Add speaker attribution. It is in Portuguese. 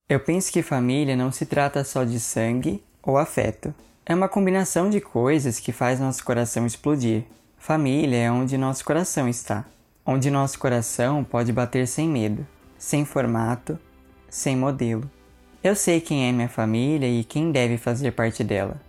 Speaker 1: Eu penso que família não se trata só de sangue ou afeto. É uma combinação de coisas que faz nosso coração explodir. Família é onde nosso coração está. Onde nosso coração pode bater sem medo, sem formato, sem modelo. Eu sei quem é minha família e quem deve fazer parte dela.